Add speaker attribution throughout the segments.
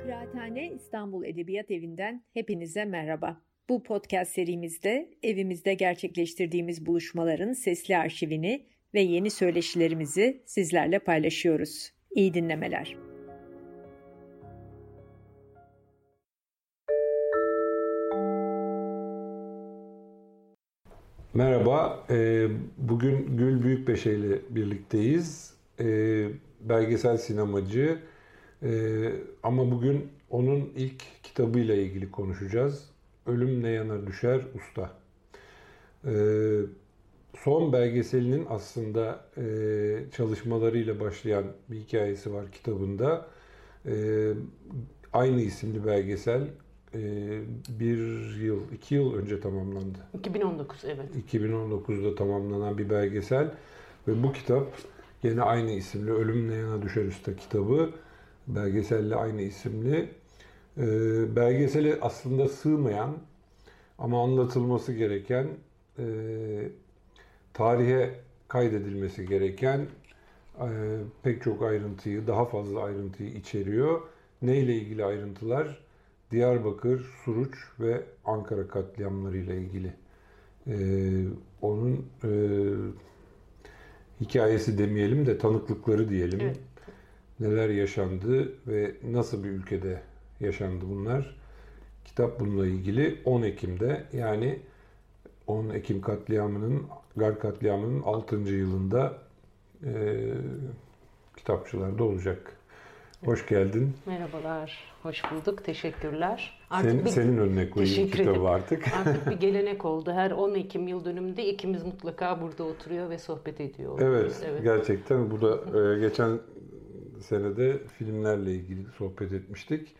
Speaker 1: Kıraathane İstanbul Edebiyat Evi'nden hepinize merhaba. Bu podcast serimizde evimizde gerçekleştirdiğimiz buluşmaların sesli arşivini ve yeni söyleşilerimizi sizlerle paylaşıyoruz. İyi dinlemeler.
Speaker 2: Merhaba, bugün Gül Büyükbeşe ile birlikteyiz. Belgesel sinemacı ama bugün onun ilk kitabıyla ilgili konuşacağız. Ölüm ne yana düşer usta. Son belgeselinin aslında çalışmalarıyla başlayan bir hikayesi var kitabında. Aynı isimli belgesel 2 yıl önce tamamlandı.
Speaker 3: 2019, evet.
Speaker 2: 2019'da tamamlanan bir belgesel ve bu kitap yine aynı isimli Ölüm ne yana düşer usta kitabı. Belgeselle aynı isimli. Belgesele aslında sığmayan ama anlatılması gereken, tarihe kaydedilmesi gereken pek çok ayrıntıyı, daha fazla ayrıntıyı içeriyor. Neyle ilgili ayrıntılar? Diyarbakır, Suruç ve Ankara katliamlarıyla ilgili. Onun hikayesi demeyelim de tanıklıkları diyelim. Evet. Neler yaşandı ve nasıl bir ülkede yaşandı bunlar? Kitap bununla ilgili 10 Ekim'de, yani 10 Ekim Gar katliamının 6. yılında kitapçılarda olacak. Hoş geldin.
Speaker 3: Merhabalar, hoş bulduk. Teşekkürler.
Speaker 2: Senin önüne koyayım kitabı artık.
Speaker 3: Artık bir gelenek oldu. Her 10 Ekim yıl dönümünde ikimiz mutlaka burada oturuyor ve sohbet ediyor oluyoruz.
Speaker 2: Evet, gerçekten. Bu da geçen senede filmlerle ilgili sohbet etmiştik.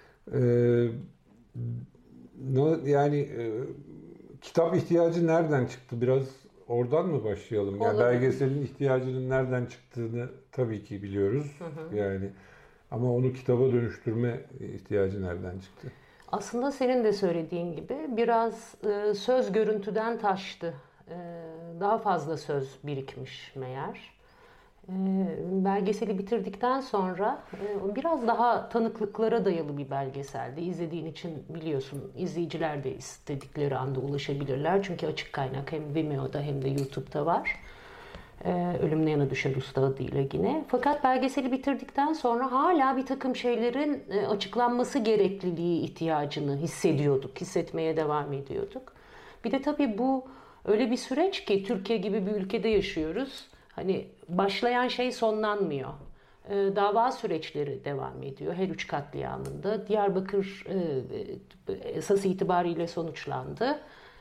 Speaker 2: Yani kitap ihtiyacı nereden çıktı? Biraz oradan mı başlayalım? Yani belgeselin ihtiyacının nereden çıktığını tabii ki biliyoruz. Yani ama onu kitaba dönüştürme ihtiyacı nereden çıktı?
Speaker 3: Aslında senin de söylediğin gibi biraz söz görüntüden taştı. Daha fazla söz birikmiş meğer. Belgeseli bitirdikten sonra biraz daha tanıklıklara dayalı bir belgeseldi. İzlediğin için biliyorsun, izleyiciler de istedikleri anda ulaşabilirler. Çünkü açık kaynak hem Vimeo'da hem de YouTube'da var. Ölüm ne yana düşer usta adıyla yine. Fakat belgeseli bitirdikten sonra hala bir takım şeylerin açıklanması gerekliliği ihtiyacını hissetmeye devam ediyorduk. Bir de tabii bu öyle bir süreç ki Türkiye gibi bir ülkede yaşıyoruz. Hani başlayan şey sonlanmıyor. Dava süreçleri devam ediyor her üç katliamında. Diyarbakır esas itibariyle sonuçlandı.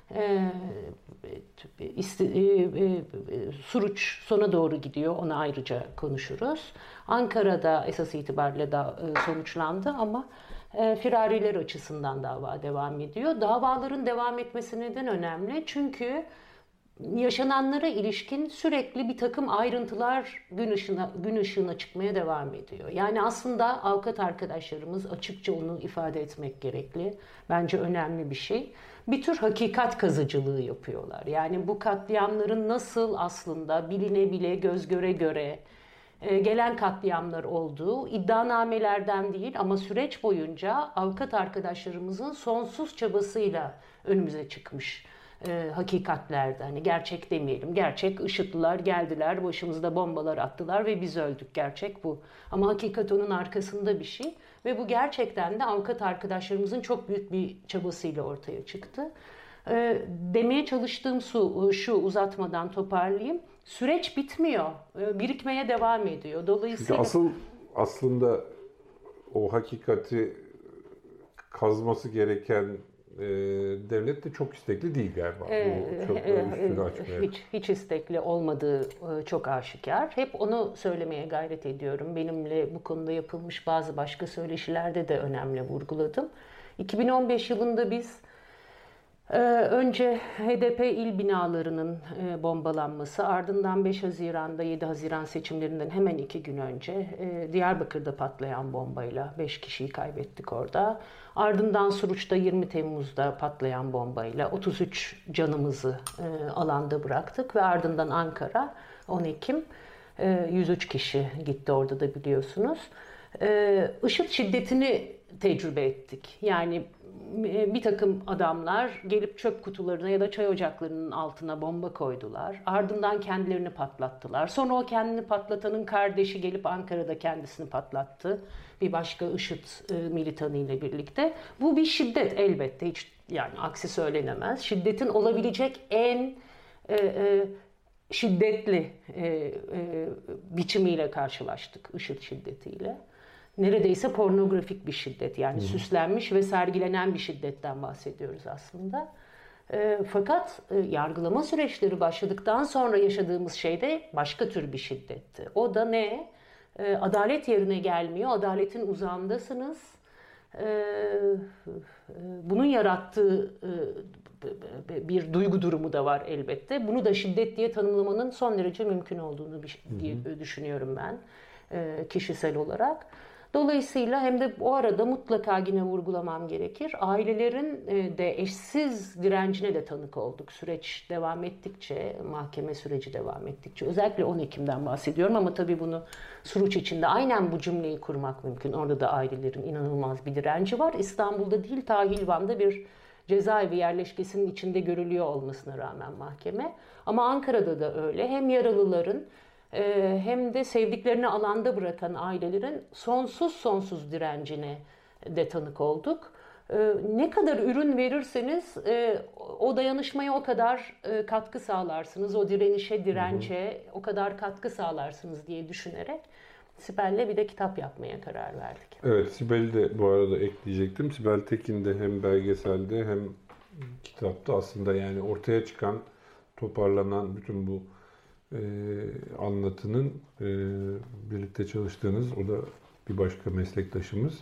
Speaker 3: Suruç sona doğru gidiyor. Onu ayrıca konuşuruz. Ankara'da esas itibariyle sonuçlandı ama firariler açısından dava devam ediyor. Davaların devam etmesi neden önemli? Çünkü yaşananlara ilişkin sürekli bir takım ayrıntılar gün ışığına çıkmaya devam ediyor. Yani aslında avukat arkadaşlarımız, açıkça onu ifade etmek gerekli. Bence önemli bir şey. Bir tür hakikat kazıcılığı yapıyorlar. Yani bu katliamların nasıl aslında biline bile, göz göre göre gelen katliamlar olduğu iddianamelerden değil ama süreç boyunca avukat arkadaşlarımızın sonsuz çabasıyla önümüze çıkmış hakikatlerden. Hani gerçek demeyelim. Gerçek, IŞİD'liler geldiler, başımızda bombalar attılar ve biz öldük. Gerçek bu. Ama hakikat onun arkasında bir şey. Ve bu gerçekten de avukat arkadaşlarımızın çok büyük bir çabasıyla ortaya çıktı. Demeye çalıştığım şu, uzatmadan toparlayayım. Süreç bitmiyor. Birikmeye devam ediyor. Dolayısıyla
Speaker 2: çünkü aslında o hakikati kazması gereken devlet de çok istekli değil galiba.
Speaker 3: Hiç istekli olmadığı çok aşikar. Hep onu söylemeye gayret ediyorum. Benimle bu konuda yapılmış bazı başka söyleşilerde de önemli vurguladım. 2015 yılında biz önce HDP il binalarının bombalanması, ardından 5 Haziran'da 7 Haziran seçimlerinden hemen 2 gün önce Diyarbakır'da patlayan bombayla 5 kişiyi kaybettik orada. Ardından Suruç'ta 20 Temmuz'da patlayan bombayla 33 canımızı alanda bıraktık ve ardından Ankara 10 Ekim 103 kişi gitti orada da biliyorsunuz. IŞİD şiddetini tecrübe ettik. Yani bir takım adamlar gelip çöp kutularına ya da çay ocaklarının altına bomba koydular. Ardından kendilerini patlattılar. Sonra o kendini patlatanın kardeşi gelip Ankara'da kendisini patlattı. Bir başka IŞİD militanı ile birlikte. Bu bir şiddet elbette. Hiç yani aksi söylenemez. Şiddetin olabilecek en şiddetli biçimiyle karşılaştık, IŞİD şiddetiyle. Neredeyse pornografik bir şiddet, yani süslenmiş ve sergilenen bir şiddetten bahsediyoruz aslında. Fakat yargılama süreçleri başladıktan sonra yaşadığımız şey de başka tür bir şiddetti. O da ne? Adalet yerine gelmiyor, adaletin uzağındasınız. Bunun yarattığı bir duygu durumu da var elbette. Bunu da şiddet diye tanımlamanın son derece mümkün olduğunu düşünüyorum ben kişisel olarak. Dolayısıyla hem de o arada mutlaka yine vurgulamam gerekir. Ailelerin de eşsiz direncine de tanık olduk. Süreç devam ettikçe, mahkeme süreci devam ettikçe. Özellikle 10 Ekim'den bahsediyorum ama tabii bunu Suruç içinde aynen bu cümleyi kurmak mümkün. Orada da ailelerin inanılmaz bir direnci var. İstanbul'da değil, ta Hilvan'da bir cezaevi yerleşkesinin içinde görülüyor olmasına rağmen mahkeme. Ama Ankara'da da öyle. Hem yaralıların hem de sevdiklerini alanda bırakan ailelerin sonsuz direncine de tanık olduk. Ne kadar ürün verirseniz o dayanışmaya o kadar katkı sağlarsınız, o dirence o kadar katkı sağlarsınız diye düşünerek Sibel'le bir de kitap yapmaya karar verdik.
Speaker 2: Evet, Sibel'i de bu arada ekleyecektim. Sibel Tekin de hem belgeselde hem kitapta aslında yani ortaya çıkan, toparlanan bütün bu anlatının birlikte çalıştığınız, o da bir başka meslektaşımız.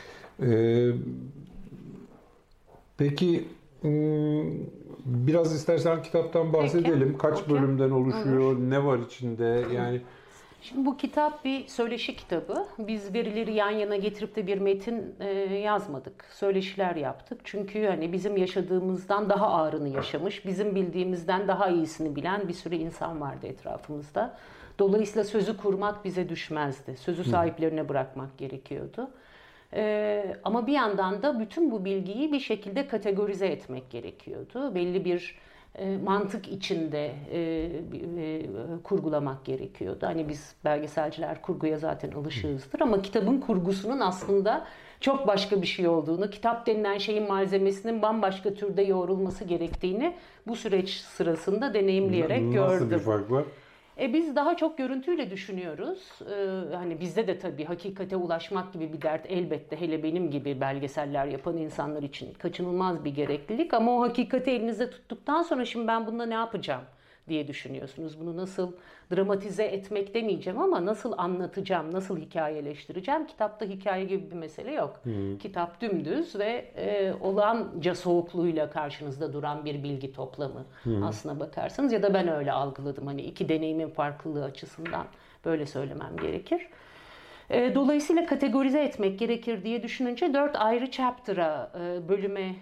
Speaker 2: Peki biraz istersen kitaptan bahsedelim. Peki. Kaç bölümden oluşuyor, olur. Ne var içinde yani?
Speaker 3: Şimdi bu kitap bir söyleşi kitabı. Biz verileri yan yana getirip de bir metin yazmadık. Söyleşiler yaptık. Çünkü hani bizim yaşadığımızdan daha ağırını yaşamış, bizim bildiğimizden daha iyisini bilen bir sürü insan vardı etrafımızda. Dolayısıyla sözü kurmak bize düşmezdi. Sözü sahiplerine bırakmak gerekiyordu. Ama bir yandan da bütün bu bilgiyi bir şekilde kategorize etmek gerekiyordu. Belli bir mantık içinde kurgulamak gerekiyordu. Hani biz belgeselciler kurguya zaten alışığızdır ama kitabın kurgusunun aslında çok başka bir şey olduğunu, kitap denilen şeyin malzemesinin bambaşka türde yoğrulması gerektiğini bu süreç sırasında deneyimleyerek gördüm.
Speaker 2: Nasıl bir fark var?
Speaker 3: Biz daha çok görüntüyle düşünüyoruz. Hani bizde de tabii hakikate ulaşmak gibi bir dert elbette, hele benim gibi belgeseller yapan insanlar için kaçınılmaz bir gereklilik. Ama o hakikati elinizde tuttuktan sonra şimdi ben bununla ne yapacağım diye düşünüyorsunuz. Bunu nasıl dramatize etmek demeyeceğim ama nasıl anlatacağım, nasıl hikayeleştireceğim. Kitapta hikaye gibi bir mesele yok. Kitap dümdüz ve olanca soğukluğuyla karşınızda duran bir bilgi toplamı aslına bakarsanız. Ya da ben öyle algıladım. Hani iki deneyimin farklılığı açısından böyle söylemem gerekir. Dolayısıyla kategorize etmek gerekir diye düşününce 4 ayrı chapter'a, bölüme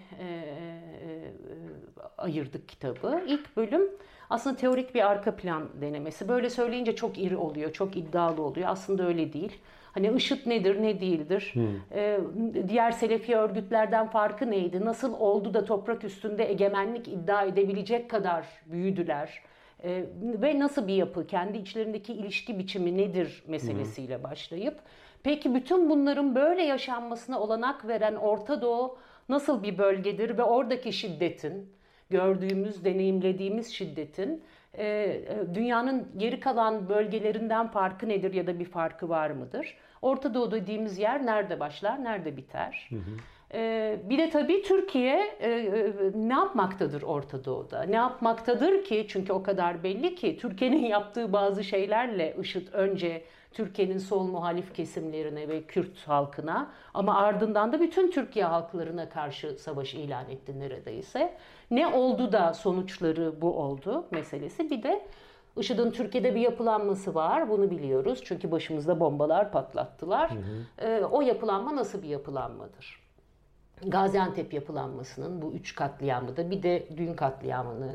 Speaker 3: ayırdık kitabı. İlk bölüm aslında teorik bir arka plan denemesi. Böyle söyleyince çok iri oluyor, çok iddialı oluyor. Aslında öyle değil. Hani IŞİD nedir, ne değildir? Diğer Selefi örgütlerden farkı neydi? Nasıl oldu da toprak üstünde egemenlik iddia edebilecek kadar büyüdüler? Ve nasıl bir yapı, kendi içlerindeki ilişki biçimi nedir meselesiyle başlayıp, peki bütün bunların böyle yaşanmasına olanak veren Orta Doğu nasıl bir bölgedir ve oradaki şiddetin, gördüğümüz, deneyimlediğimiz şiddetin dünyanın geri kalan bölgelerinden farkı nedir ya da bir farkı var mıdır? Orta Doğu dediğimiz yer nerede başlar, nerede biter? Bir de tabii Türkiye ne yapmaktadır Orta Doğu'da? Ne yapmaktadır ki? Çünkü o kadar belli ki Türkiye'nin yaptığı bazı şeylerle IŞİD önce Türkiye'nin sol muhalif kesimlerine ve Kürt halkına ama ardından da bütün Türkiye halklarına karşı savaş ilan etti neredeyse. Ne oldu da sonuçları bu oldu meselesi. Bir de IŞİD'in Türkiye'de bir yapılanması var, bunu biliyoruz. Çünkü başımızda bombalar patlattılar. O yapılanma nasıl bir yapılanmadır? Gaziantep yapılanmasının bu 3 katliamı da bir de düğün katliamını,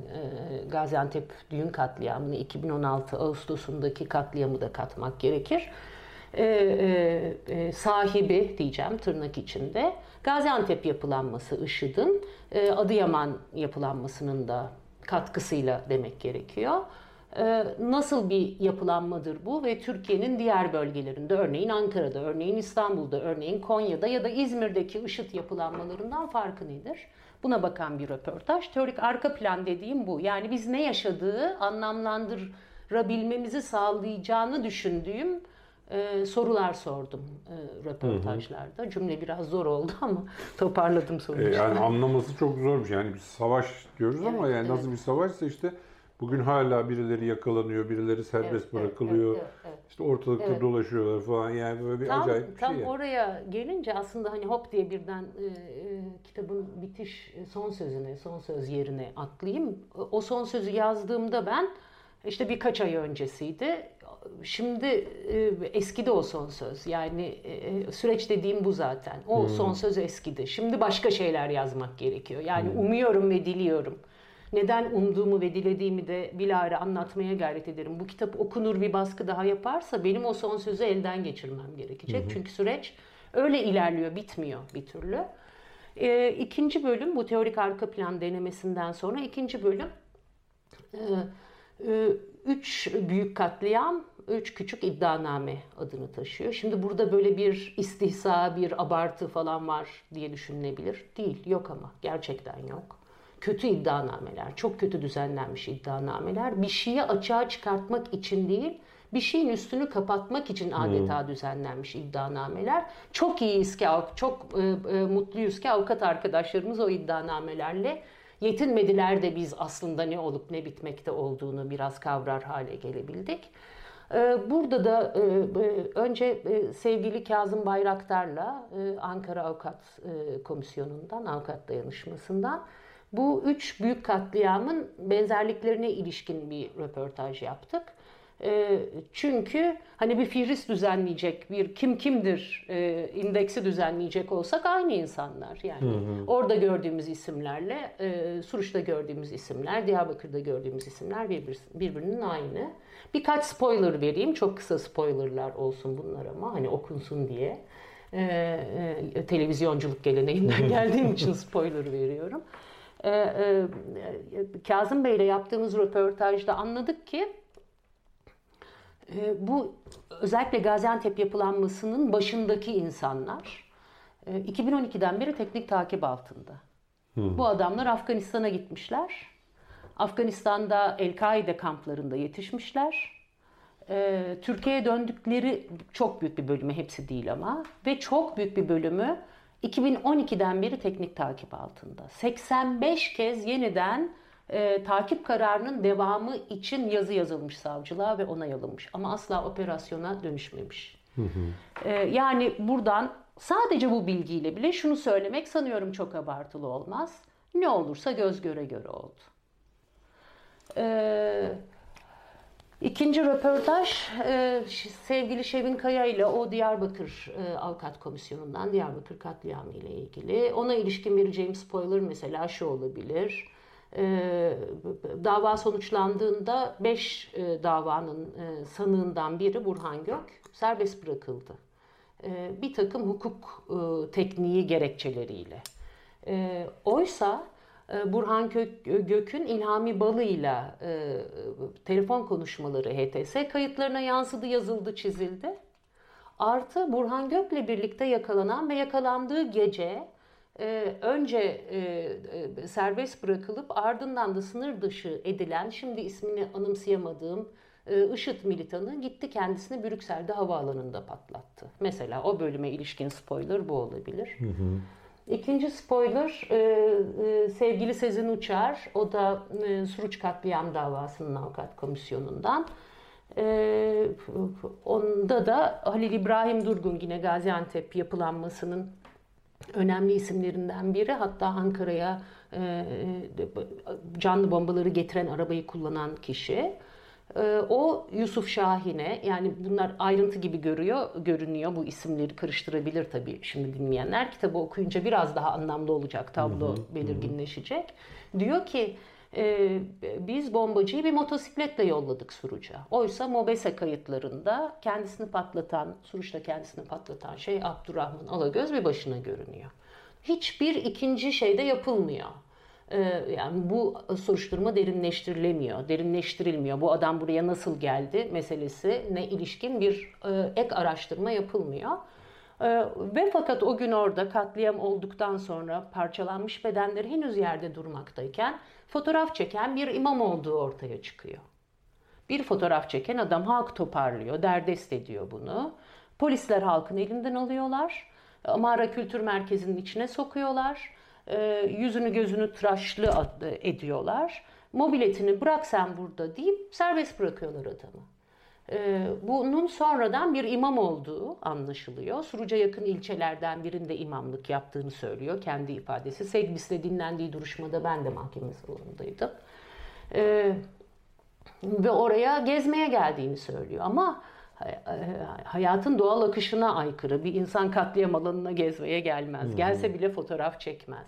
Speaker 3: Gaziantep düğün katliamını 2016 Ağustos'undaki katliamı da katmak gerekir. sahibi diyeceğim tırnak içinde. Gaziantep yapılanması IŞİD'in Adıyaman yapılanmasının da katkısıyla demek gerekiyor. Nasıl bir yapılanmadır bu ve Türkiye'nin diğer bölgelerinde, örneğin Ankara'da, örneğin İstanbul'da, örneğin Konya'da ya da İzmir'deki IŞİD yapılanmalarından farkı nedir? Buna bakan bir röportaj. Teorik arka plan dediğim bu. Yani biz ne yaşadığı anlamlandırabilmemizi sağlayacağını düşündüğüm sorular sordum röportajlarda. Cümle biraz zor oldu ama toparladım sonuçta.
Speaker 2: Yani anlaması çok zormuş. Yani bir savaş diyoruz ama yani nasıl bir savaşsa işte bugün hala birileri yakalanıyor, birileri serbest bırakılıyor. İşte ortalıkta dolaşıyorlar falan. Yani böyle bir acayip bir şey.
Speaker 3: Tam oraya gelince aslında hani hop diye birden kitabın bitiş son söz yerine atlayayım. O son sözü yazdığımda ben işte birkaç ay öncesiydi. Şimdi eskidi o son söz. Yani süreç dediğim bu zaten. O son söz eskidi. Şimdi başka şeyler yazmak gerekiyor. Yani umuyorum ve diliyorum. Neden umduğumu ve dilediğimi de bilahare anlatmaya gayret ederim. Bu kitap okunur, bir baskı daha yaparsa benim o son sözü elden geçirmem gerekecek. Çünkü süreç öyle ilerliyor, bitmiyor bir türlü. İkinci bölüm, bu teorik arka plan denemesinden sonra ikinci bölüm 3 büyük katliam, 3 küçük iddianame adını taşıyor. Şimdi burada böyle bir istihza, bir abartı falan var diye düşünülebilir. Değil, yok ama gerçekten yok. Kötü iddianameler, çok kötü düzenlenmiş iddianameler, bir şeyi açığa çıkartmak için değil, bir şeyin üstünü kapatmak için adeta düzenlenmiş iddianameler. Çok iyiyiz ki, çok mutluyuz ki avukat arkadaşlarımız o iddianamelerle yetinmediler de biz aslında ne olup ne bitmekte olduğunu biraz kavrar hale gelebildik. Burada da önce sevgili Kazım Bayraktar'la Ankara Avukat Komisyonu'ndan, Avukat Dayanışması'ndan bu 3 büyük katliamın benzerliklerine ilişkin bir röportaj yaptık. Çünkü hani bir fihris düzenleyecek, bir kim kimdir indeksi düzenleyecek olsak aynı insanlar. Yani orada gördüğümüz isimlerle Suruç'ta gördüğümüz isimler, Diyarbakır'da gördüğümüz isimler birbirinin aynı. Birkaç spoiler vereyim. Çok kısa spoilerlar olsun bunlar ama hani okunsun diye. Televizyonculuk geleneğinden geldiğim için spoiler veriyorum. Kazım Bey'le yaptığımız röportajda anladık ki bu özellikle Gaziantep yapılanmasının başındaki insanlar 2012'den beri teknik takip altında. Bu adamlar Afganistan'a gitmişler. Afganistan'da El-Kaide kamplarında yetişmişler. Türkiye'ye döndükleri çok büyük bir bölümü, hepsi değil ama, ve çok büyük bir bölümü 2012'den beri teknik takip altında. 85 kez yeniden takip kararının devamı için yazı yazılmış savcılığa ve onay alınmış. Ama asla operasyona dönüşmemiş. Yani buradan sadece bu bilgiyle bile şunu söylemek sanıyorum çok abartılı olmaz. Ne olursa göz göre göre oldu. İkinci röportaj sevgili Şevin Kaya ile o Diyarbakır Avukat Komisyonu'ndan, Diyarbakır katliamı ile ilgili. Ona ilişkin vereceğim spoiler mesela şu olabilir. Dava sonuçlandığında 5 davanın sanığından biri Burhan Gök serbest bırakıldı. Bir takım hukuk tekniği gerekçeleriyle. Oysa Burhan Gök'ün İlhami Balı'yla telefon konuşmaları HTS kayıtlarına yansıdı, yazıldı, çizildi. Artı Burhan Gök'le birlikte yakalanan ve yakalandığı gece önce serbest bırakılıp ardından da sınır dışı edilen, şimdi ismini anımsayamadığım IŞİD militanı gitti kendisini Brüksel'de havaalanında patlattı. Mesela o bölüme ilişkin spoiler bu olabilir. İkinci spoiler sevgili Sezin Uçar, o da Suruç katliam davasının avukat komisyonundan. Onda da Halil İbrahim Durgun, yine Gaziantep yapılanmasının önemli isimlerinden biri. Hatta Ankara'ya canlı bombaları getiren arabayı kullanan kişi. O Yusuf Şahin'e, yani bunlar ayrıntı gibi görünüyor. Bu isimleri karıştırabilir tabii şimdi dinleyenler. Kitabı okuyunca biraz daha anlamlı olacak, tablo belirginleşecek. Diyor ki Biz bombacıyı bir motosikletle yolladık Suruç'a. Oysa MOBESE kayıtlarında Suruç'ta kendisini patlatan şey Abdurrahman Alagöz bir başına görünüyor. Hiçbir ikinci şey de yapılmıyor. Yani bu soruşturma derinleştirilmiyor. Bu adam buraya nasıl geldi meselesine ilişkin bir ek araştırma yapılmıyor. Ve fakat o gün orada katliam olduktan sonra parçalanmış bedenleri henüz yerde durmaktayken fotoğraf çeken bir imam olduğu ortaya çıkıyor. Bir fotoğraf çeken adam halk toparlıyor, derdest ediyor bunu. Polisler halkın elinden alıyorlar. Mağara Kültür Merkezi'nin içine sokuyorlar. Yüzünü gözünü tıraşlı ediyorlar. Mobiletini bırak sen burada deyip serbest bırakıyorlar adamı. Bunun sonradan bir imam olduğu anlaşılıyor. Suruç'a yakın ilçelerden birinde imamlık yaptığını söylüyor kendi ifadesi. Segbis'te dinlendiği duruşmada ben de mahkeme salonundaydım. Ve oraya gezmeye geldiğini söylüyor ama hayatın doğal akışına aykırı. Bir insan katliam alanına gezmeye gelmez. Gelse bile fotoğraf çekmez.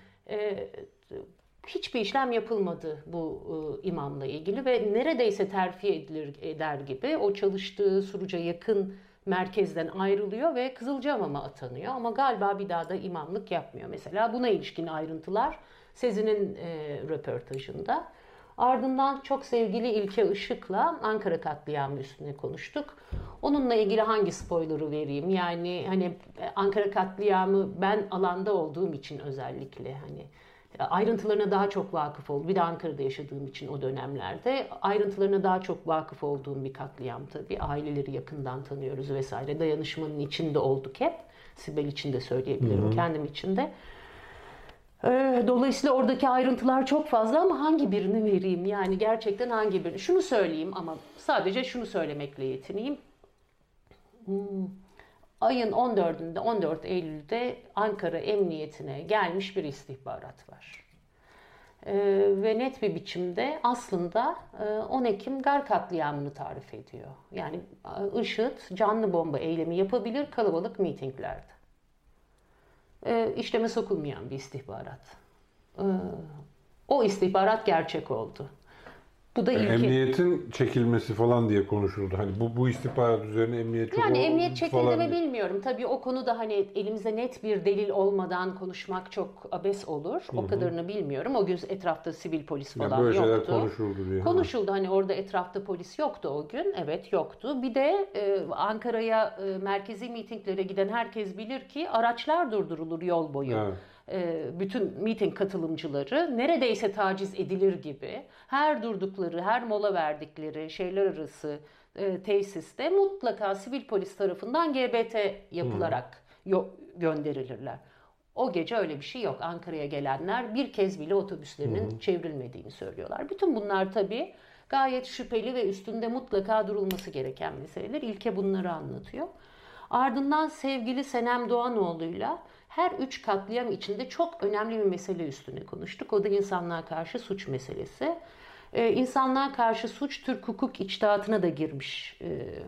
Speaker 3: Hiçbir işlem yapılmadı bu imamla ilgili ve neredeyse terfi eder gibi o çalıştığı Suruç'a yakın merkezden ayrılıyor ve Kızılcahamam'a atanıyor. Ama galiba bir daha da imamlık yapmıyor. Mesela buna ilişkin ayrıntılar Sezin'in röportajında. Ardından çok sevgili İlke Işık'la Ankara katliamı üstüne konuştuk. Onunla ilgili hangi spoiler'ı vereyim? Yani hani Ankara katliamı ben alanda olduğum için özellikle hani ayrıntılarına daha çok vakıf oldum. Bir de Ankara'da yaşadığım için o dönemlerde ayrıntılarına daha çok vakıf olduğum bir katliam tabii. Aileleri yakından tanıyoruz vesaire. Dayanışmanın içinde olduk hep. Sibel için de söyleyebilirim, kendim için de. Dolayısıyla oradaki ayrıntılar çok fazla ama hangi birini vereyim? Yani gerçekten hangi birini? Şunu söyleyeyim ama sadece şunu söylemekle yetineyim. Ayın 14 Eylül'de Ankara Emniyetine gelmiş bir istihbarat var. Ve net bir biçimde aslında 10 Ekim Gar katliamını tarif ediyor. Yani IŞİD canlı bomba eylemi yapabilir kalabalık mitinglerde. İşleme sokulmayan bir istihbarat. O istihbarat gerçek oldu. Bu da
Speaker 2: emniyetin çekilmesi falan diye konuşuldu. Hani bu istihbarat üzerine emniyet çok
Speaker 3: yani emniyet çekildi mi
Speaker 2: diye.
Speaker 3: Bilmiyorum. Tabii o konuda hani elimize net bir delil olmadan konuşmak çok abes olur. O kadarını bilmiyorum. O gün etrafta sivil polis falan
Speaker 2: yani böyle
Speaker 3: yoktu.
Speaker 2: şeyler konuşuldu diye.
Speaker 3: Konuşuldu. Hani orada etrafta polis yoktu o gün. Evet yoktu. Bir de Ankara'ya merkezi mitinglere giden herkes bilir ki araçlar durdurulur yol boyu.
Speaker 2: Evet.
Speaker 3: Bütün miting katılımcıları neredeyse taciz edilir gibi her durdukları, her mola verdikleri şeyler arası tesiste mutlaka sivil polis tarafından GBT yapılarak gönderilirler. O gece öyle bir şey yok. Ankara'ya gelenler bir kez bile otobüslerinin çevrilmediğini söylüyorlar. Bütün bunlar tabii gayet şüpheli ve üstünde mutlaka durulması gereken meseleler. İlke bunları anlatıyor. Ardından sevgili Senem Doğanoğlu'yla her üç katliam içinde çok önemli bir mesele üstüne konuştuk. O da insanlığa karşı suç meselesi. İnsanlığa karşı suç Türk hukuk içtihatına da girmiş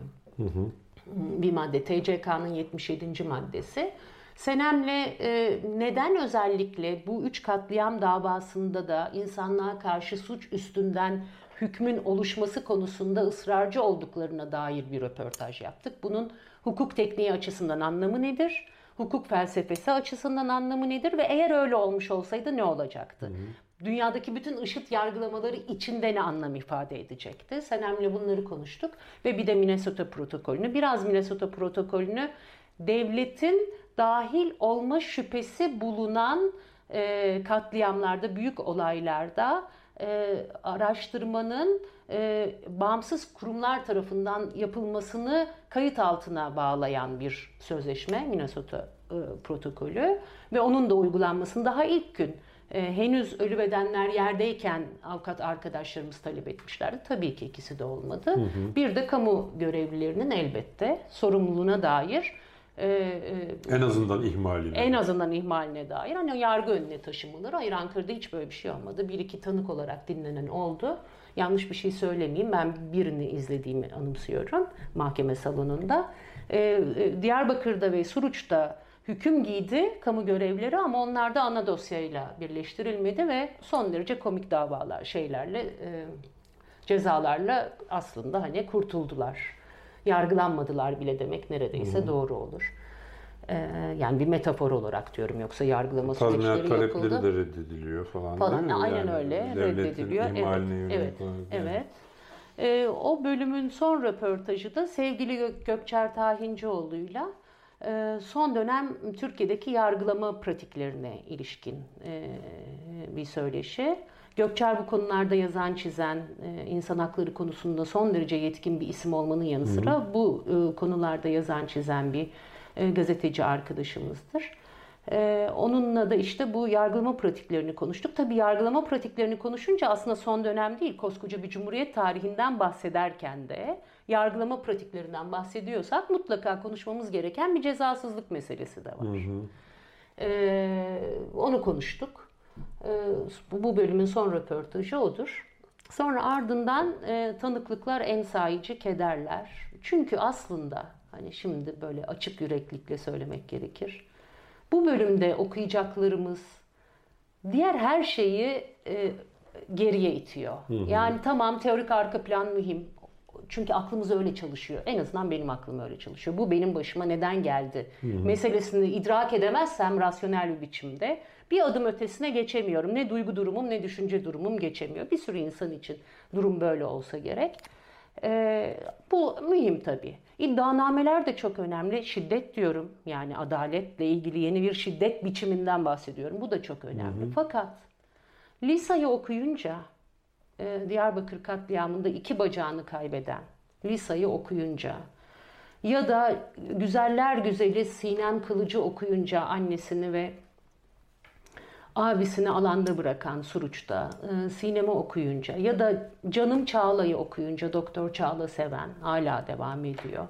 Speaker 3: bir madde. TCK'nın 77. maddesi. Senem'le neden özellikle bu üç katliam davasında da insanlığa karşı suç üstünden hükmün oluşması konusunda ısrarcı olduklarına dair bir röportaj yaptık. Bunun hukuk tekniği açısından anlamı nedir? Hukuk felsefesi açısından anlamı nedir? Ve eğer öyle olmuş olsaydı ne olacaktı? Dünyadaki bütün IŞİD yargılamaları içinde ne anlam ifade edecekti? Senem'le bunları konuştuk. Ve bir de Minnesota protokolünü. Biraz Minnesota protokolünü devletin dahil olma şüphesi bulunan katliamlarda, büyük olaylarda araştırmanın bağımsız kurumlar tarafından yapılmasını kayıt altına bağlayan bir sözleşme Minnesota protokolü ve onun da uygulanmasını daha ilk gün henüz ölü bedenler yerdeyken avukat arkadaşlarımız talep etmişlerdi. Tabii ki ikisi de olmadı. Bir de kamu görevlilerinin elbette sorumluluğuna dair
Speaker 2: en azından ihmaline
Speaker 3: dair hani yargı önüne taşımaları. Hayır, Ankara'da hiç böyle bir şey olmadı. Bir iki tanık olarak dinlenen oldu. Yanlış bir şey söylemeyeyim. Ben birini izlediğimi anımsıyorum mahkeme salonunda. Diyarbakır'da ve Suruç'ta hüküm giydi kamu görevleri ama onlar da ana dosyayla birleştirilmedi ve son derece komik davalar, cezalarla aslında hani kurtuldular. Yargılanmadılar bile demek neredeyse doğru olur. Yani bir metafor olarak diyorum, yoksa yargılama süreçleri yapıldı.
Speaker 2: Tazminat talepleri de reddediliyor falan değil mi?
Speaker 3: Aynen
Speaker 2: yani
Speaker 3: öyle, reddediliyor. Evet. O bölümün son röportajı da sevgili Gökçer Tahincioğlu'yla son dönem Türkiye'deki yargılama pratiklerine ilişkin bir söyleşi. Gökçer bu konularda yazan, çizen, insan hakları konusunda son derece yetkin bir isim olmanın yanı sıra bu konularda yazan, çizen bir gazeteci arkadaşımızdır. Onunla da işte bu yargılama pratiklerini konuştuk. Tabii yargılama pratiklerini konuşunca aslında son dönem değil, koskoca bir cumhuriyet tarihinden bahsederken de yargılama pratiklerinden bahsediyorsak mutlaka konuşmamız gereken bir cezasızlık meselesi de var. Onu konuştuk. Bu bölümün son röportajı odur. Sonra ardından tanıklıklar, ensayici kederler. Çünkü aslında hani şimdi böyle açık yüreklilikle söylemek gerekir. Bu bölümde okuyacaklarımız diğer her şeyi geriye itiyor. Yani tamam, teorik arka plan mühim. Çünkü aklımız öyle çalışıyor. En azından benim aklım öyle çalışıyor. Bu benim başıma neden geldi meselesini idrak edemezsem rasyonel bir biçimde bir adım ötesine geçemiyorum. Ne duygu durumum ne düşünce durumum geçemiyor. Bir sürü insan için durum böyle olsa gerek. Bu mühim tabii. İddianameler de çok önemli. Şiddet diyorum. Yani adaletle ilgili yeni bir şiddet biçiminden bahsediyorum. Bu da çok önemli. Fakat Lisa'yı okuyunca, Diyarbakır katliamında 2 bacağını kaybeden Lisa'yı okuyunca ya da Güzeller Güzeli Sinem Kılıcı okuyunca, annesini ve abisini alanda bırakan Suruç'ta Sinem'i okuyunca ya da Canım Çağla'yı okuyunca, Doktor Çağla Seven hala devam ediyor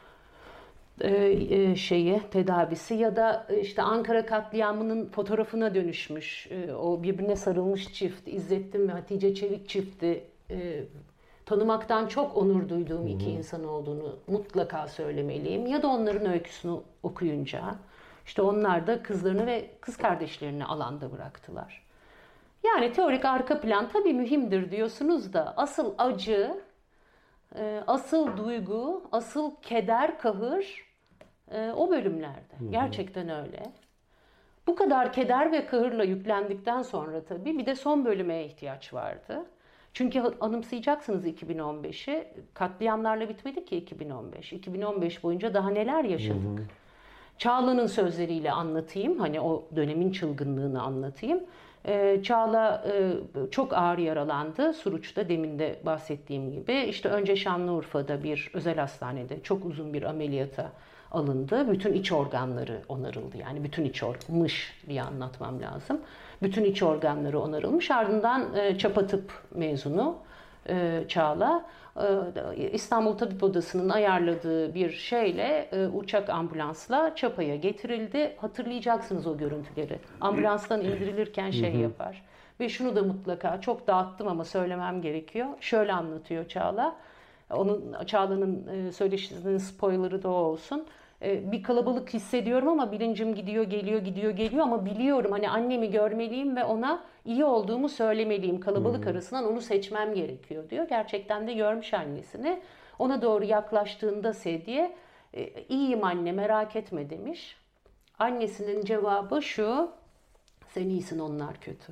Speaker 3: tedavisi, ya da işte Ankara katliamının fotoğrafına dönüşmüş o birbirine sarılmış çift, İzzettin ve Hatice Çevik çifti, tanımaktan çok onur duyduğum 2 insan olduğunu mutlaka söylemeliyim. Ya da onların öyküsünü okuyunca, işte onlar da kızlarını ve kız kardeşlerini alanda bıraktılar. Yani teorik arka plan tabii mühimdir diyorsunuz da asıl acı, asıl duygu, asıl keder, kahır o bölümlerde. Gerçekten öyle. Bu kadar keder ve kahırla yüklendikten sonra tabii bir de son bölüme ihtiyaç vardı. Çünkü anımsayacaksınız 2015'i. Katliamlarla bitmedi ki 2015. 2015 boyunca daha neler yaşadık. Çağla'nın sözleriyle anlatayım. Hani o dönemin çılgınlığını anlatayım. Çağla çok ağır yaralandı. Suruç'ta demin de bahsettiğim gibi. İşte önce Şanlıurfa'da bir özel hastanede çok uzun bir ameliyata alındı. Bütün iç organları onarıldı. Yani bütün iç organmış diye anlatmam lazım. Bütün iç organları onarılmış. Ardından Çapa-Tıp mezunu Çağla İstanbul Tabip Odası'nın ayarladığı bir şeyle uçak ambulansla Çapa'ya getirildi. Hatırlayacaksınız o görüntüleri. Ambulanstan indirilirken yapar. Ve şunu da mutlaka çok dağıttım ama söylemem gerekiyor. Şöyle anlatıyor Çağla. Çağla'nın söyleşisinin spoilerı da o olsun. Bir kalabalık hissediyorum ama bilincim gidiyor geliyor ama biliyorum hani annemi görmeliyim ve ona iyi olduğumu söylemeliyim. Kalabalık arasından onu seçmem gerekiyor diyor. Gerçekten de görmüş annesini. Ona doğru yaklaştığında sedye, iyiyim anne merak etme demiş. Annesinin cevabı şu: sen iyisin onlar kötü.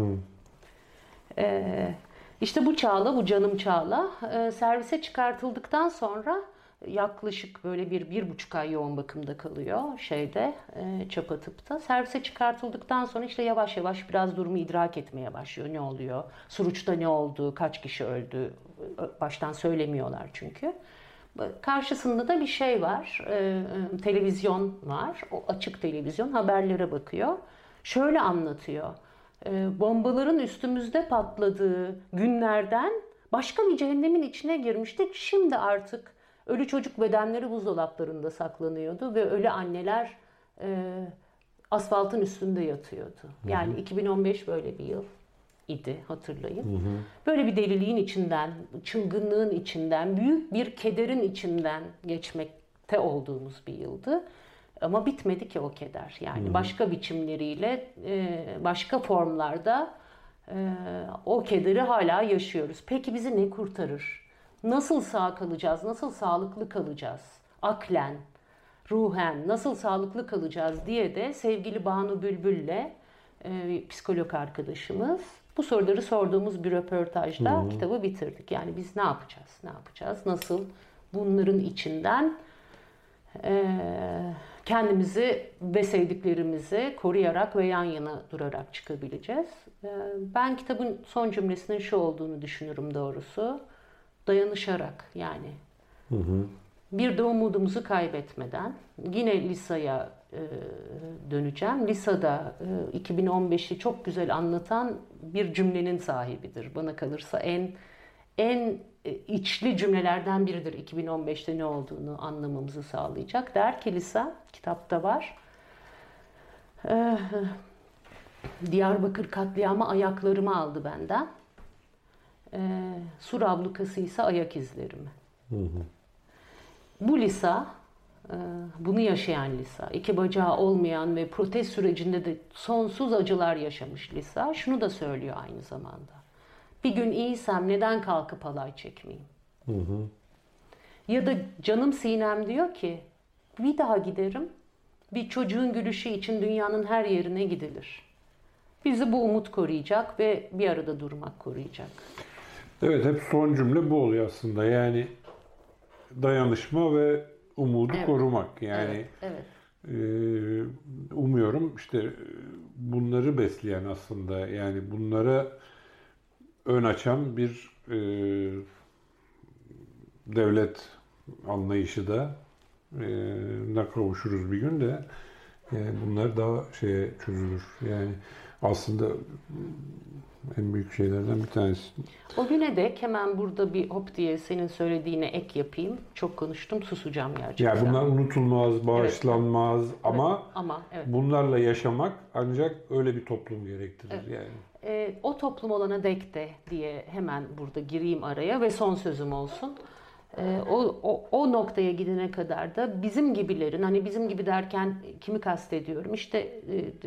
Speaker 3: İşte bu Çağla, bu canım Çağla servise çıkartıldıktan sonra yaklaşık böyle 1,5 ay yoğun bakımda kalıyor Çapa-Tıp'ta. Servise çıkartıldıktan sonra işte yavaş yavaş biraz durumu idrak etmeye başlıyor. Ne oluyor? Suruç'ta ne oldu? Kaç kişi öldü? Baştan söylemiyorlar çünkü. Karşısında da bir şey var. Televizyon var. O açık televizyon haberlere bakıyor. Şöyle anlatıyor. Bombaların üstümüzde patladığı günlerden başka bir cehennemin içine girmiştik. Şimdi artık ölü çocuk bedenleri buzdolaplarında saklanıyordu ve ölü anneler asfaltın üstünde yatıyordu. Yani 2015 böyle bir yıl idi, hatırlayın. Böyle bir deliliğin içinden, çılgınlığın içinden, büyük bir kederin içinden geçmekte olduğumuz bir yıldı. Ama bitmedi ki o keder. Yani başka biçimleriyle, başka formlarda o kederi hala yaşıyoruz. Peki bizi ne kurtarır? Nasıl sağ kalacağız? Nasıl sağlıklı kalacağız? Aklen, ruhen nasıl sağlıklı kalacağız diye de sevgili Banu Bülbül'le psikolog arkadaşımız bu soruları sorduğumuz bir röportajda kitabı bitirdik. Yani biz ne yapacağız? Ne yapacağız? Nasıl bunların içinden kendimizi ve sevdiklerimizi koruyarak ve yan yana durarak çıkabileceğiz? Ben kitabın son cümlesinin şu olduğunu düşünürüm doğrusu. Dayanışarak yani. Bir de umudumuzu kaybetmeden. Yine Lisa'ya döneceğim. Lisa da 2015'i çok güzel anlatan bir cümlenin sahibidir. Bana kalırsa en içli cümlelerden biridir 2015'te ne olduğunu anlamamızı sağlayacak. Der ki Lisa, kitapta var. Diyarbakır katliamı ayaklarımı aldı benden. Sur ablukası ise ayak izlerimi. Bu Lisa, bunu yaşayan Lisa, iki bacağı olmayan ve protez sürecinde de sonsuz acılar yaşamış Lisa, şunu da söylüyor aynı zamanda. Bir gün iyiysem neden kalkıp halay çekmeyeyim? Ya da canım Sinem diyor ki, bir daha giderim, bir çocuğun gülüşü için dünyanın her yerine gidilir. Bizi bu umut koruyacak ve bir arada durmak koruyacak.
Speaker 2: Evet, hep son cümle bu oluyor aslında. Yani dayanışma ve umudu korumak. Yani umuyorum işte bunları besleyen aslında, yani bunlara ön açan bir devlet anlayışı da kavuşuruz bir gün de. Yani bunlar daha çözülür. Yani aslında en büyük şeylerden bir tanesi.
Speaker 3: O güne dek hemen burada bir hop diye senin söylediğine ek yapayım. Çok konuştum, susacağım gerçekten.
Speaker 2: Yani bunlar unutulmaz, bağışlanmaz ama bunlarla yaşamak ancak öyle bir toplum gerektirir yani.
Speaker 3: O toplum olana dek de diye hemen burada gireyim araya ve son sözüm olsun. O noktaya gidene kadar da bizim gibilerin, hani bizim gibi derken kimi kastediyorum? İşte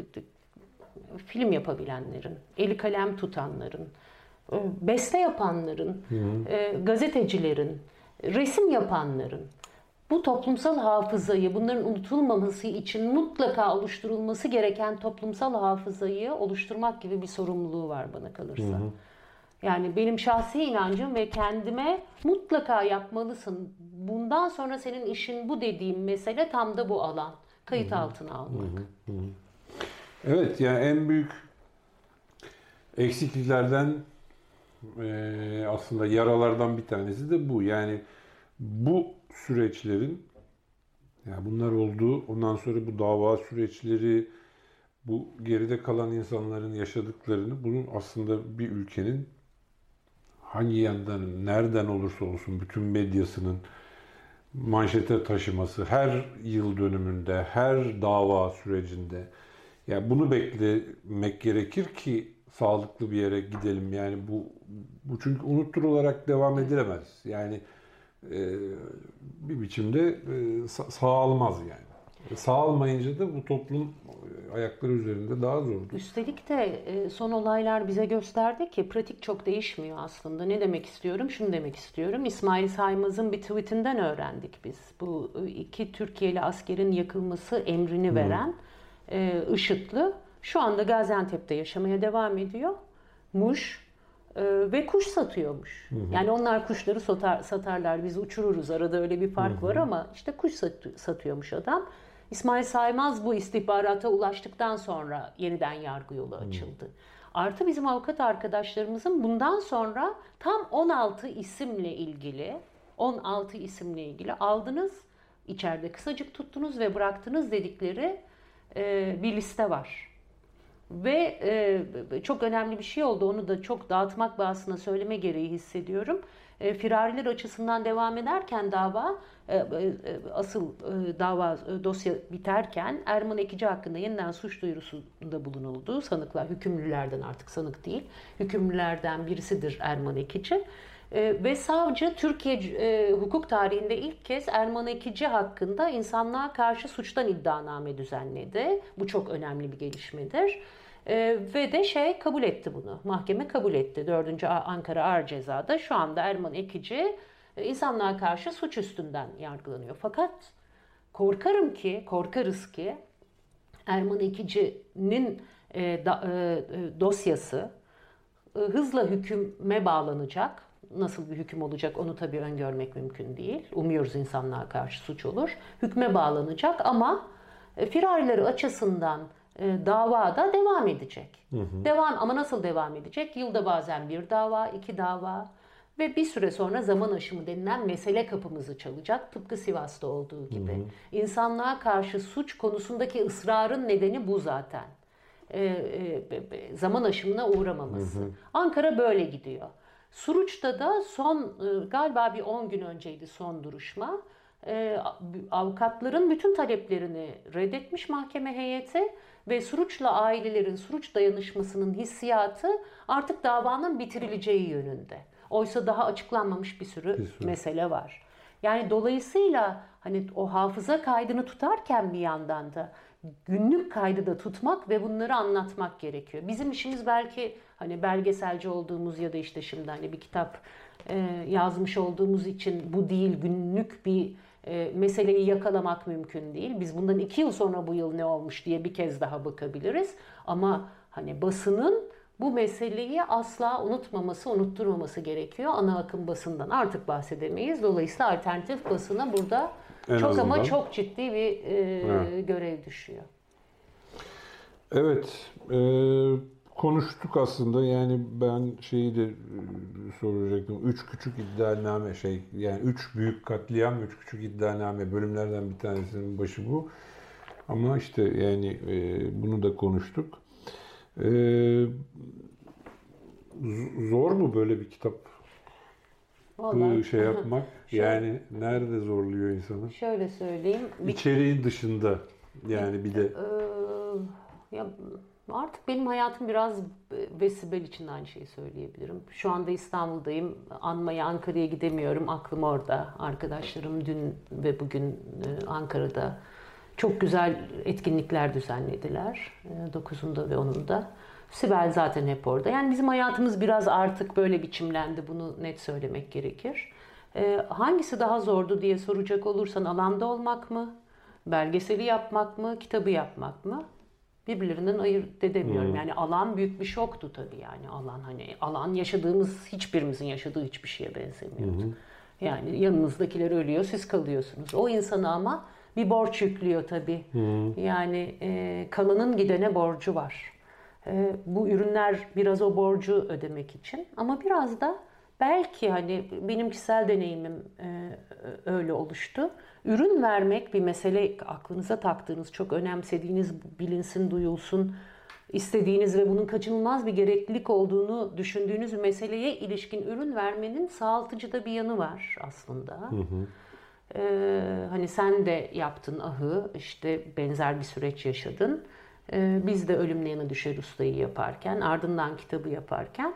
Speaker 3: film yapabilenlerin, eli kalem tutanların, beste yapanların, gazetecilerin, resim yapanların, bu toplumsal hafızayı, bunların unutulmaması için mutlaka oluşturulması gereken toplumsal hafızayı oluşturmak gibi bir sorumluluğu var bana kalırsa. Yani benim şahsi inancım ve kendime mutlaka yapmalısın. Bundan sonra senin işin bu dediğim mesele tam da bu alan. Kayıt altına almak.
Speaker 2: Evet, yani en büyük eksikliklerden aslında yaralardan bir tanesi de bu. Yani bu süreçlerin, yani bunlar oldu, ondan sonra bu dava süreçleri, bu geride kalan insanların yaşadıklarını, bunun aslında bir ülkenin hangi yandan, nereden olursa olsun bütün medyasının manşete taşıması, her yıl dönümünde, her dava sürecinde, yani bunu beklemek gerekir ki sağlıklı bir yere gidelim. Yani bu çünkü unutturularak devam edilemez. Yani bir biçimde sağlamaz yani. Sağlamayınca da bu toplum ayakları üzerinde daha zordur.
Speaker 3: Üstelik de son olaylar bize gösterdi ki pratik çok değişmiyor aslında. Ne demek istiyorum? Şunu demek istiyorum. İsmail Saymaz'ın bir tweetinden öğrendik biz. Bu 2 Türkiye'li askerin yakılması emrini veren IŞİD'li şu anda Gaziantep'te yaşamaya devam ediyor. Ve kuş satıyormuş. Yani onlar kuşları satarlar, biz uçururuz. Arada öyle bir fark var ama işte kuş satıyormuş adam. İsmail Saymaz bu istihbarata ulaştıktan sonra yeniden yargı yolu açıldı. Artı bizim avukat arkadaşlarımızın bundan sonra tam 16 isimle ilgili aldınız, içeride kısacık tuttunuz ve bıraktınız dedikleri bir liste var. Ve çok önemli bir şey oldu. Onu da çok dağıtmak bahsına söyleme gereği hissediyorum. Firariler açısından devam ederken dava, asıl dava dosya biterken Erman Ekici hakkında yeniden suç duyurusunda bulunuldu. Sanıklar, hükümlülerden artık sanık değil, hükümlülerden birisidir Erman Ekici. Ve savcı Türkiye hukuk tarihinde ilk kez Erman Ekici hakkında insanlığa karşı suçtan iddianame düzenledi. Bu çok önemli bir gelişmedir. Ve de kabul etti bunu. Mahkeme kabul etti. 4. Ankara Ağır Ceza'da şu anda Erman Ekici insanlığa karşı suç üstünden yargılanıyor. Fakat korkarız ki Erman Ekici'nin dosyası hızla hüküme bağlanacak. Nasıl bir hüküm olacak onu tabii öngörmek mümkün değil. Umuyoruz insanlığa karşı suç olur. Hükme bağlanacak ama firarileri açısından davada devam edecek. Ama nasıl devam edecek? Yılda bazen bir dava, 2 dava ve bir süre sonra zaman aşımı denilen mesele kapımızı çalacak. Tıpkı Sivas'ta olduğu gibi. İnsanlığa karşı suç konusundaki ısrarın nedeni bu zaten. Zaman aşımına uğramaması. Ankara böyle gidiyor. Suruç'ta da galiba bir 10 gün önceydi son duruşma. Avukatların bütün taleplerini reddetmiş mahkeme heyeti ve Suruç'la ailelerin Suruç dayanışmasının hissiyatı artık davanın bitirileceği yönünde. Oysa daha açıklanmamış bir sürü mesele var. Yani dolayısıyla hani o hafıza kaydını tutarken bir yandan da günlük kaydı da tutmak ve bunları anlatmak gerekiyor. Bizim işimiz belki hani belgeselci olduğumuz ya da işte şimdi hani bir kitap yazmış olduğumuz için bu değil, günlük bir meseleyi yakalamak mümkün değil. Biz bundan 2 yıl sonra bu yıl ne olmuş diye bir kez daha bakabiliriz. Ama hani basının bu meseleyi asla unutturmaması gerekiyor. Ana akım basından artık bahsedemeyiz. Dolayısıyla alternatif basına burada ama çok ciddi bir görev düşüyor.
Speaker 2: Evet, konuştuk aslında. Yani ben şeyi de soracaktım. 3 küçük iddianame yani 3 büyük katliam, 3 küçük iddianame bölümlerden bir tanesinin başı bu. Ama işte yani bunu da konuştuk. Zor mu böyle bir kitap yapmak? Yani nerede zorluyor insanı?
Speaker 3: Şöyle söyleyeyim.
Speaker 2: İçeriğin dışında yani bir de.
Speaker 3: Ya artık benim hayatım biraz ve Sibel için aynı şeyi söyleyebilirim. Şu anda İstanbul'dayım. Anmaya, Ankara'ya gidemiyorum. Aklım orada. Arkadaşlarım dün ve bugün Ankara'da çok güzel etkinlikler düzenlediler. 9'unda ve 10'unda. Sibel zaten hep orada. Yani bizim hayatımız biraz artık böyle biçimlendi. Bunu net söylemek gerekir. Hangisi daha zordu diye soracak olursan alanda olmak mı? Belgeseli yapmak mı? Kitabı yapmak mı? Birbirlerinden ayırt edemiyorum. Yani alan büyük bir şoktu tabii yani. Alan hiçbirimizin yaşadığı hiçbir şeye benzemiyordu. Yani yanınızdakiler ölüyor, siz kalıyorsunuz. O insana ama bir borç yüklüyor tabii. Yani kalanın gidene borcu var. Bu ürünler biraz o borcu ödemek için ama biraz da belki hani benim kişisel deneyimim öyle oluştu. Ürün vermek bir mesele, aklınıza taktığınız, çok önemsediğiniz, bilinsin, duyulsun istediğiniz ve bunun kaçınılmaz bir gereklilik olduğunu düşündüğünüz meseleye ilişkin ürün vermenin sağaltıcı da bir yanı var aslında. Hani sen de yaptın ahı, işte benzer bir süreç yaşadın. Biz de Ölümle Yana Düşer Usta'yı yaparken, ardından kitabı yaparken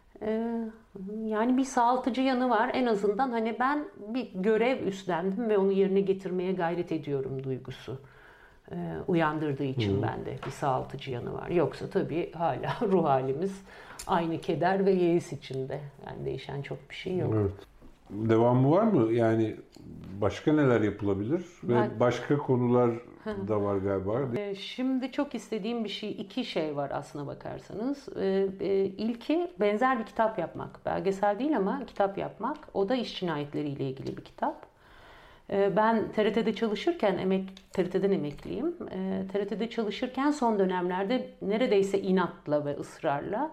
Speaker 3: yani bir sağaltıcı yanı var. En azından hani ben bir görev üstlendim ve onu yerine getirmeye gayret ediyorum duygusu uyandırdığı için bende bir sağaltıcı yanı var. Yoksa tabii hala ruh halimiz aynı keder ve yeis içinde. Yani değişen çok bir şey yok.
Speaker 2: Evet. Devamı var mı? Yani başka neler yapılabilir? Ve başka konular da var galiba.
Speaker 3: Şimdi çok istediğim 2 şey var aslına bakarsanız. İlki benzer bir kitap yapmak. Belgesel değil ama kitap yapmak. O da iş cinayetleriyle ilgili bir kitap. Ben TRT'de çalışırken, TRT'den emekliyim. TRT'de çalışırken son dönemlerde neredeyse inatla ve ısrarla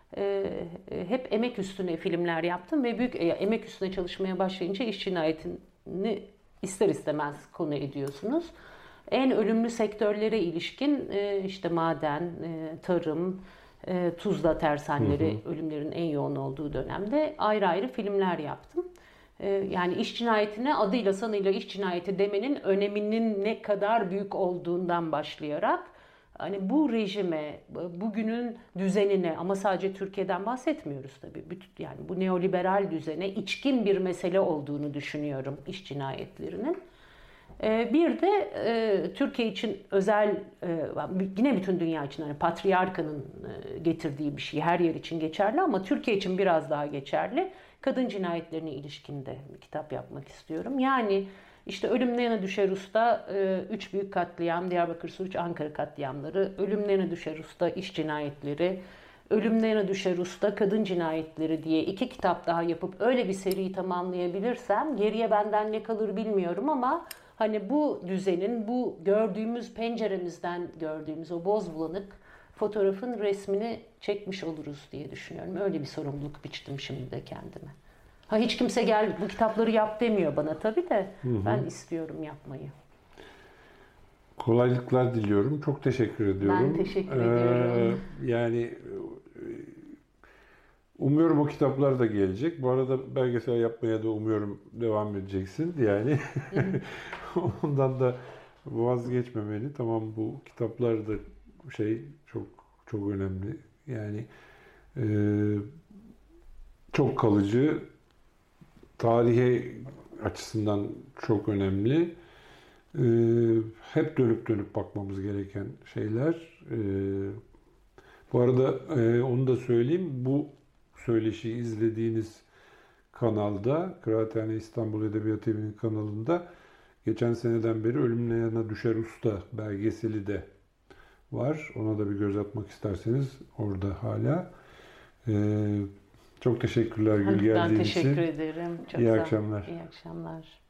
Speaker 3: hep emek üstüne filmler yaptım ve büyük emek üstüne çalışmaya başlayınca iş cinayetini ister istemez konu ediyorsunuz. En ölümlü sektörlere ilişkin işte maden, tarım, Tuzla tersaneleri ölümlerin en yoğun olduğu dönemde ayrı ayrı filmler yaptım. Yani iş cinayetine adıyla sanıyla iş cinayeti demenin öneminin ne kadar büyük olduğundan başlayarak hani bu rejime, bugünün düzenine, ama sadece Türkiye'den bahsetmiyoruz tabii. Yani bu neoliberal düzene içkin bir mesele olduğunu düşünüyorum iş cinayetlerinin. Bir de Türkiye için özel, yine bütün dünya için, hani patriarkanın getirdiği bir şey her yer için geçerli ama Türkiye için biraz daha geçerli. Kadın cinayetlerine ilişkinde bir kitap yapmak istiyorum. Yani işte Ölüm Ne Yana Düşer Usta, 3 büyük katliam, Diyarbakır, Suruç, Ankara katliamları, Ölüm Ne Yana Düşer Usta, iş cinayetleri, Ölüm Ne Yana Düşer Usta, kadın cinayetleri diye 2 kitap daha yapıp öyle bir seriyi tamamlayabilirsem geriye benden ne kalır bilmiyorum ama hani bu düzenin, bu gördüğümüz, penceremizden gördüğümüz o boz bulanık fotoğrafın resmini çekmiş oluruz diye düşünüyorum. Öyle bir sorumluluk biçtim şimdi de kendime. Hiç kimse gel bu kitapları yap demiyor bana tabii de. Ben istiyorum yapmayı.
Speaker 2: Kolaylıklar diliyorum. Çok teşekkür ediyorum.
Speaker 3: Ben teşekkür ediyorum.
Speaker 2: Yani umuyorum o kitaplar da gelecek. Bu arada belgesel yapmaya da umuyorum devam edeceksin. Yani ondan da vazgeçmemeli. Tamam, bu kitaplar da çok çok önemli. Yani çok kalıcı, tarihe açısından çok önemli. Hep dönüp dönüp bakmamız gereken şeyler. Bu arada onu da söyleyeyim. Bu söyleşiyi izlediğiniz kanalda, Kıraathane İstanbul Edebiyat Evi'nin kanalında geçen seneden beri Ölüm Ne Yana Düşer Usta belgeseli de var. Ona da bir göz atmak isterseniz orada hala. Çok teşekkürler Gül, geldiğin için.
Speaker 3: Ben teşekkür ederim. Çok
Speaker 2: İyi
Speaker 3: sağ ol.
Speaker 2: akşamlar.
Speaker 3: İyi akşamlar.